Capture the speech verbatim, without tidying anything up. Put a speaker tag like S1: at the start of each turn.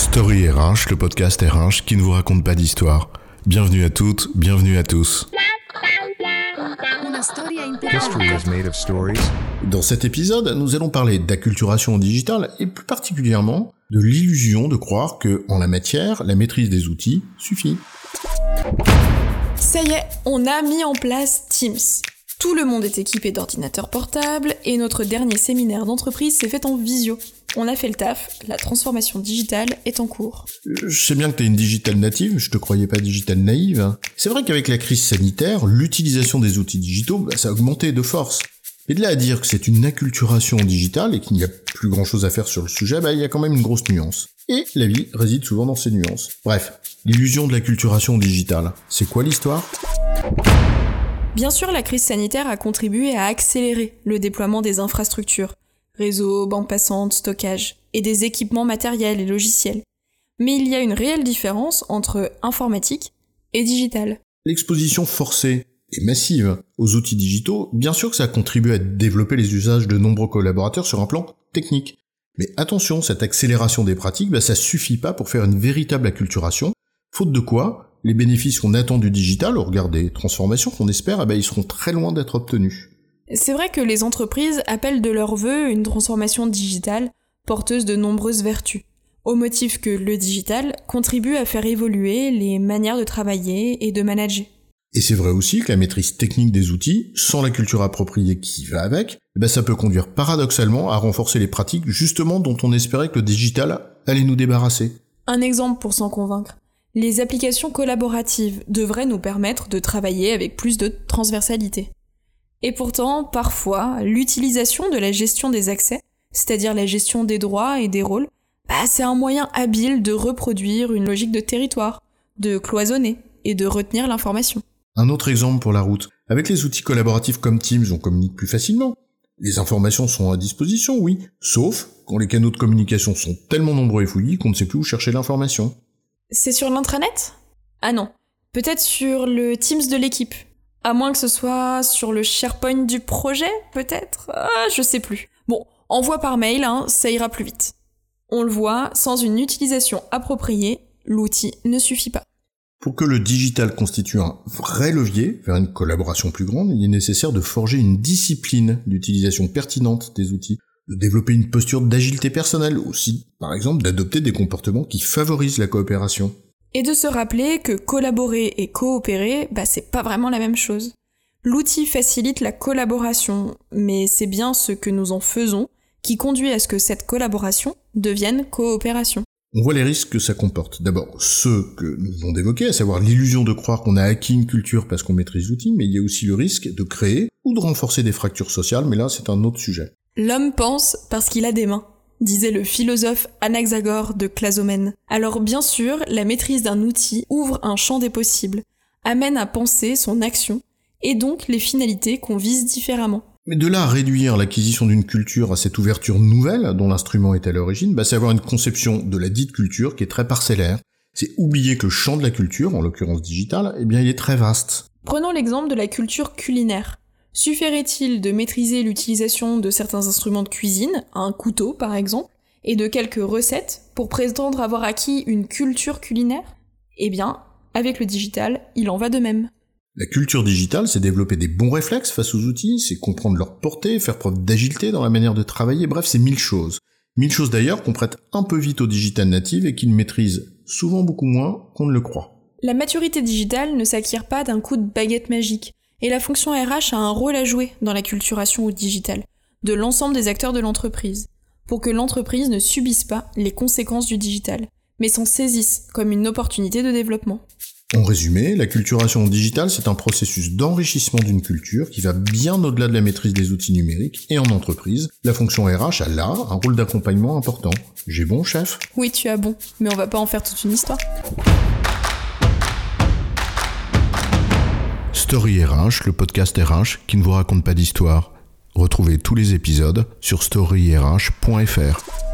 S1: Story R H, le podcast R H qui ne vous raconte pas d'histoire. Bienvenue à toutes, bienvenue à tous.
S2: History is made of stories.
S1: Dans cet épisode, nous allons parler d'acculturation au digital et plus particulièrement de l'illusion de croire que, en la matière, la maîtrise des outils suffit.
S3: Ça y est, on a mis en place Teams. Tout le monde est équipé d'ordinateurs portables et notre dernier séminaire d'entreprise s'est fait en visio. On a fait le taf, la transformation digitale est en cours.
S1: Je sais bien que t'es une digital native, je te croyais pas digital naïve. C'est vrai qu'avec la crise sanitaire, l'utilisation des outils digitaux, bah, ça a augmenté de force. Et de là à dire que c'est une acculturation digitale et qu'il n'y a plus grand chose à faire sur le sujet, bah, il y a quand même une grosse nuance. Et la vie réside souvent dans ces nuances. Bref, l'illusion de l'acculturation digitale, c'est quoi l'histoire ?
S3: Bien sûr, la crise sanitaire a contribué à accélérer le déploiement des infrastructures, réseaux, bandes passantes, stockage, et des équipements matériels et logiciels. Mais il y a une réelle différence entre informatique et digital.
S1: L'exposition forcée et massive aux outils digitaux, bien sûr que ça a contribué à développer les usages de nombreux collaborateurs sur un plan technique. Mais attention, cette accélération des pratiques, bah, ça suffit pas pour faire une véritable acculturation, faute de quoi, les bénéfices qu'on attend du digital, au regard des transformations qu'on espère, eh ben, ils seront très loin d'être obtenus.
S3: C'est vrai que les entreprises appellent de leur vœu une transformation digitale porteuse de nombreuses vertus, au motif que le digital contribue à faire évoluer les manières de travailler et de manager.
S1: Et c'est vrai aussi que la maîtrise technique des outils, sans la culture appropriée qui va avec, eh ben, ça peut conduire paradoxalement à renforcer les pratiques justement dont on espérait que le digital allait nous débarrasser.
S3: Un exemple pour s'en convaincre. Les applications collaboratives devraient nous permettre de travailler avec plus de transversalité. Et pourtant, parfois, l'utilisation de la gestion des accès, c'est-à-dire la gestion des droits et des rôles, bah, c'est un moyen habile de reproduire une logique de territoire, de cloisonner et de retenir l'information.
S1: Un autre exemple pour la route. Avec les outils collaboratifs comme Teams, on communique plus facilement. Les informations sont à disposition, oui, sauf quand les canaux de communication sont tellement nombreux et fouillis qu'on ne sait plus où chercher l'information.
S3: C'est sur l'intranet ? Ah non, peut-être sur le Teams de l'équipe. À moins que ce soit sur le SharePoint du projet, peut-être ? Ah, je sais plus. Bon, envoie par mail, hein, ça ira plus vite. On le voit, sans une utilisation appropriée, l'outil ne suffit pas.
S1: Pour que le digital constitue un vrai levier vers une collaboration plus grande, il est nécessaire de forger une discipline d'utilisation pertinente des outils, de développer une posture d'agilité personnelle, aussi, par exemple, d'adopter des comportements qui favorisent la coopération.
S3: Et de se rappeler que collaborer et coopérer, bah c'est pas vraiment la même chose. L'outil facilite la collaboration, mais c'est bien ce que nous en faisons qui conduit à ce que cette collaboration devienne coopération.
S1: On voit les risques que ça comporte. D'abord, ceux que nous venons d'évoquer, à savoir l'illusion de croire qu'on a acquis une culture parce qu'on maîtrise l'outil, mais il y a aussi le risque de créer ou de renforcer des fractures sociales, mais là c'est un autre sujet.
S3: L'homme pense parce qu'il a des mains, disait le philosophe Anaxagore de Clazomène. Alors bien sûr, la maîtrise d'un outil ouvre un champ des possibles, amène à penser son action, et donc les finalités qu'on vise différemment.
S1: Mais de là à réduire l'acquisition d'une culture à cette ouverture nouvelle dont l'instrument est à l'origine, bah c'est avoir une conception de la dite culture qui est très parcellaire. C'est oublier que le champ de la culture, en l'occurrence digitale, eh bien il est très vaste.
S3: Prenons l'exemple de la culture culinaire. Suffirait-il de maîtriser l'utilisation de certains instruments de cuisine, un couteau par exemple, et de quelques recettes pour prétendre avoir acquis une culture culinaire ? Eh bien, avec le digital, il en va de même.
S1: La culture digitale, c'est développer des bons réflexes face aux outils, c'est comprendre leur portée, faire preuve d'agilité dans la manière de travailler, bref, c'est mille choses. Mille choses d'ailleurs qu'on prête un peu vite aux digital natives et qu'ils maîtrisent souvent beaucoup moins qu'on ne le croit.
S3: La maturité digitale ne s'acquiert pas d'un coup de baguette magique. Et la fonction R H a un rôle à jouer dans l'acculturation au digital, de l'ensemble des acteurs de l'entreprise, pour que l'entreprise ne subisse pas les conséquences du digital, mais s'en saisisse comme une opportunité de développement.
S1: En résumé, l'acculturation au digital, c'est un processus d'enrichissement d'une culture qui va bien au-delà de la maîtrise des outils numériques, et en entreprise, la fonction R H a là un rôle d'accompagnement important. J'ai bon, chef ?
S3: Oui, tu as bon, mais on va pas en faire toute une histoire.
S1: Story R H, le podcast R H qui ne vous raconte pas d'histoire. Retrouvez tous les épisodes sur story r h point f r.